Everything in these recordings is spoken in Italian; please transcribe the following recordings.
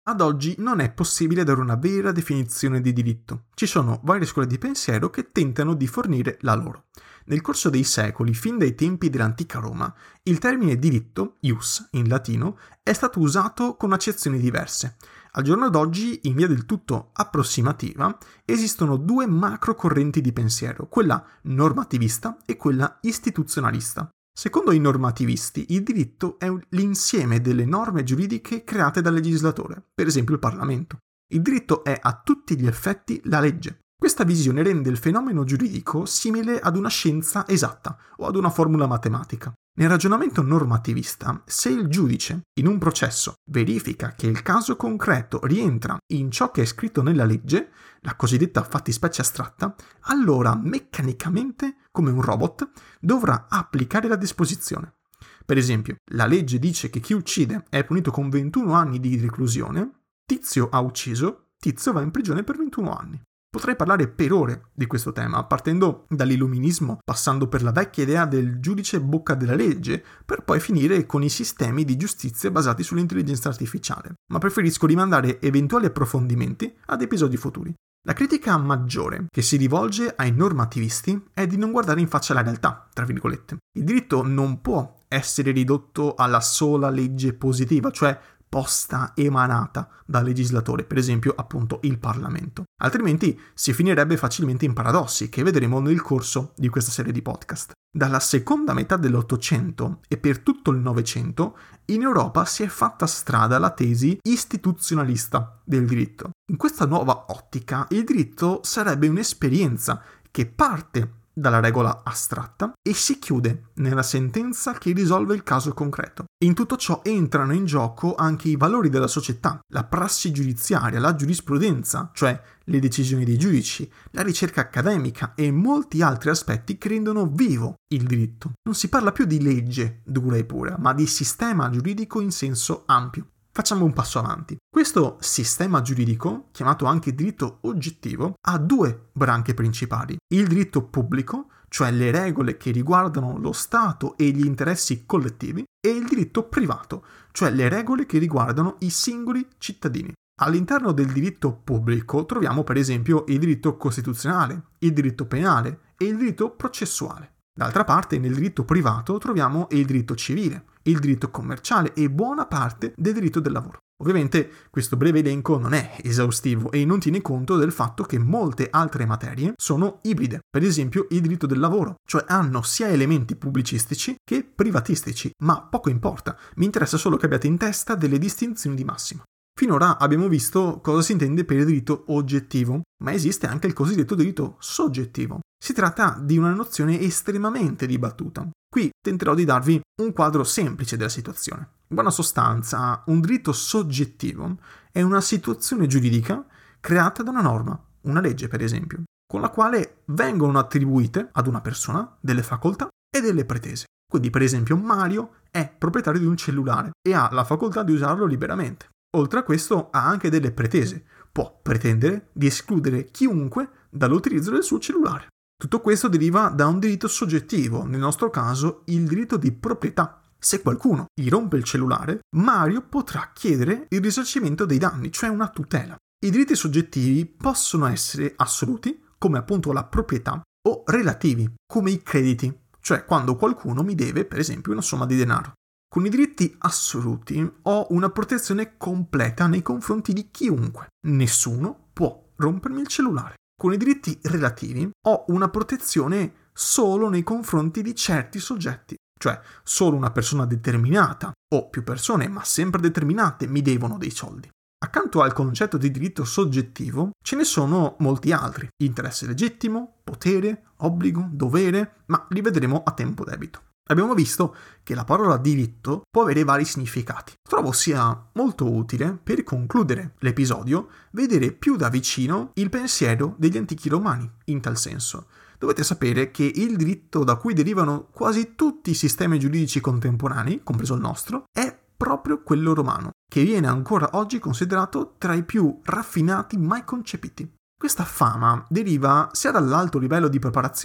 Ad oggi non è possibile dare una vera definizione di diritto. Ci sono varie scuole di pensiero che tentano di fornire la loro. Nel corso dei secoli, fin dai tempi dell'antica Roma, il termine diritto, ius in latino, è stato usato con accezioni diverse. Al giorno d'oggi, in via del tutto approssimativa, esistono due macro correnti di pensiero, quella normativista e quella istituzionalista. Secondo i normativisti, il diritto è l'insieme delle norme giuridiche create dal legislatore, per esempio il Parlamento. Il diritto è a tutti gli effetti la legge. Questa visione rende il fenomeno giuridico simile ad una scienza esatta o ad una formula matematica. Nel ragionamento normativista, se il giudice, in un processo, verifica che il caso concreto rientra in ciò che è scritto nella legge, la cosiddetta fattispecie astratta, allora meccanicamente, come un robot, dovrà applicare la disposizione. Per esempio, la legge dice che chi uccide è punito con 21 anni di reclusione, Tizio ha ucciso, Tizio va in prigione per 21 anni. Potrei parlare per ore di questo tema, partendo dall'illuminismo, passando per la vecchia idea del giudice bocca della legge, per poi finire con i sistemi di giustizia basati sull'intelligenza artificiale. Ma preferisco rimandare eventuali approfondimenti ad episodi futuri. La critica maggiore che si rivolge ai normativisti è di non guardare in faccia la realtà, tra virgolette. Il diritto non può essere ridotto alla sola legge positiva, cioè posta emanata dal legislatore, per esempio appunto il Parlamento. Altrimenti si finirebbe facilmente in paradossi che vedremo nel corso di questa serie di podcast. Dalla seconda metà dell'Ottocento e per tutto il Novecento in Europa si è fatta strada la tesi istituzionalista del diritto. In questa nuova ottica il diritto sarebbe un'esperienza che parte dalla regola astratta e si chiude nella sentenza che risolve il caso concreto. In tutto ciò entrano in gioco anche i valori della società, la prassi giudiziaria, la giurisprudenza, cioè le decisioni dei giudici, la ricerca accademica e molti altri aspetti che rendono vivo il diritto. Non si parla più di legge dura e pura, ma di sistema giuridico in senso ampio. Facciamo un passo avanti. Questo sistema giuridico, chiamato anche diritto oggettivo, ha due branche principali. Il diritto pubblico, cioè le regole che riguardano lo Stato e gli interessi collettivi, e il diritto privato, cioè le regole che riguardano i singoli cittadini. All'interno del diritto pubblico troviamo per esempio il diritto costituzionale, il diritto penale e il diritto processuale. D'altra parte, nel diritto privato troviamo il diritto civile, il diritto commerciale e buona parte del diritto del lavoro. Ovviamente questo breve elenco non è esaustivo e non tiene conto del fatto che molte altre materie sono ibride. Per esempio il diritto del lavoro, cioè hanno sia elementi pubblicistici che privatistici, ma poco importa, mi interessa solo che abbiate in testa delle distinzioni di massima. Finora abbiamo visto cosa si intende per il diritto oggettivo, ma esiste anche il cosiddetto diritto soggettivo. Si tratta di una nozione estremamente dibattuta. Qui tenterò di darvi un quadro semplice della situazione. In buona sostanza, un diritto soggettivo è una situazione giuridica creata da una norma, una legge per esempio, con la quale vengono attribuite ad una persona delle facoltà e delle pretese. Quindi per esempio Mario è proprietario di un cellulare e ha la facoltà di usarlo liberamente. Oltre a questo ha anche delle pretese, può pretendere di escludere chiunque dall'utilizzo del suo cellulare. Tutto questo deriva da un diritto soggettivo, nel nostro caso il diritto di proprietà. Se qualcuno gli rompe il cellulare, Mario potrà chiedere il risarcimento dei danni, cioè una tutela. I diritti soggettivi possono essere assoluti, come appunto la proprietà, o relativi, come i crediti, cioè quando qualcuno mi deve, per esempio, una somma di denaro. Con i diritti assoluti ho una protezione completa nei confronti di chiunque. Nessuno può rompermi il cellulare. Con i diritti relativi ho una protezione solo nei confronti di certi soggetti. Cioè, solo una persona determinata, o più persone, ma sempre determinate, mi devono dei soldi. Accanto al concetto di diritto soggettivo, ce ne sono molti altri. Interesse legittimo, potere, obbligo, dovere, ma li vedremo a tempo debito. Abbiamo visto che la parola diritto può avere vari significati. Trovo sia molto utile, per concludere l'episodio, vedere più da vicino il pensiero degli antichi romani, in tal senso. Dovete sapere che il diritto da cui derivano quasi tutti i sistemi giuridici contemporanei, compreso il nostro, è proprio quello romano, che viene ancora oggi considerato tra i più raffinati mai concepiti. Questa fama deriva sia dall'alto livello di preparazione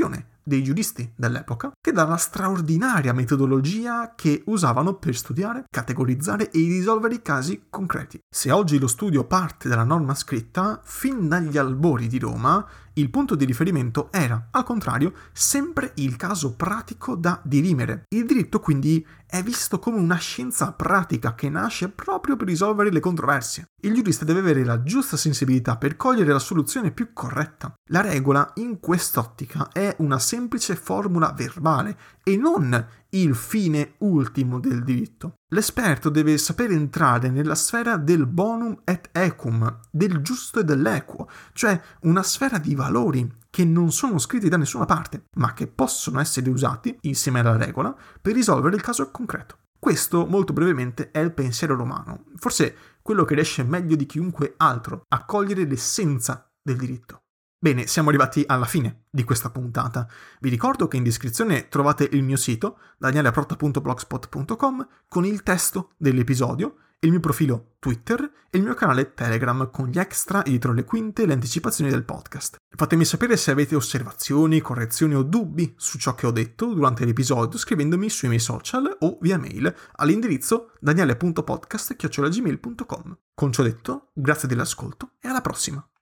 dei giuristi dell'epoca che dalla straordinaria metodologia che usavano per studiare, categorizzare e risolvere i casi concreti. Se oggi lo studio parte dalla norma scritta, fin dagli albori di Roma, il punto di riferimento era, al contrario, sempre il caso pratico da dirimere. Il diritto quindi è visto come una scienza pratica che nasce proprio per risolvere le controversie. Il giurista deve avere la giusta sensibilità per cogliere la soluzione più corretta. La regola, in quest'ottica, è una semplice formula verbale e non il fine ultimo del diritto. L'esperto deve saper entrare nella sfera del bonum et equum, del giusto e dell'equo, cioè una sfera di valori che non sono scritti da nessuna parte, ma che possono essere usati, insieme alla regola, per risolvere il caso concreto. Questo, molto brevemente, è il pensiero romano, forse quello che riesce meglio di chiunque altro a cogliere l'essenza del diritto. Bene, siamo arrivati alla fine di questa puntata. Vi ricordo che in descrizione trovate il mio sito, danieleprotta.blogspot.com, con il testo dell'episodio, il mio profilo Twitter e il mio canale Telegram con gli extra, i dietro le quinte e le anticipazioni del podcast. Fatemi sapere se avete osservazioni, correzioni o dubbi su ciò che ho detto durante l'episodio scrivendomi sui miei social o via mail all'indirizzo daniele.podcast@gmail.com. Con ciò detto, grazie dell'ascolto e alla prossima!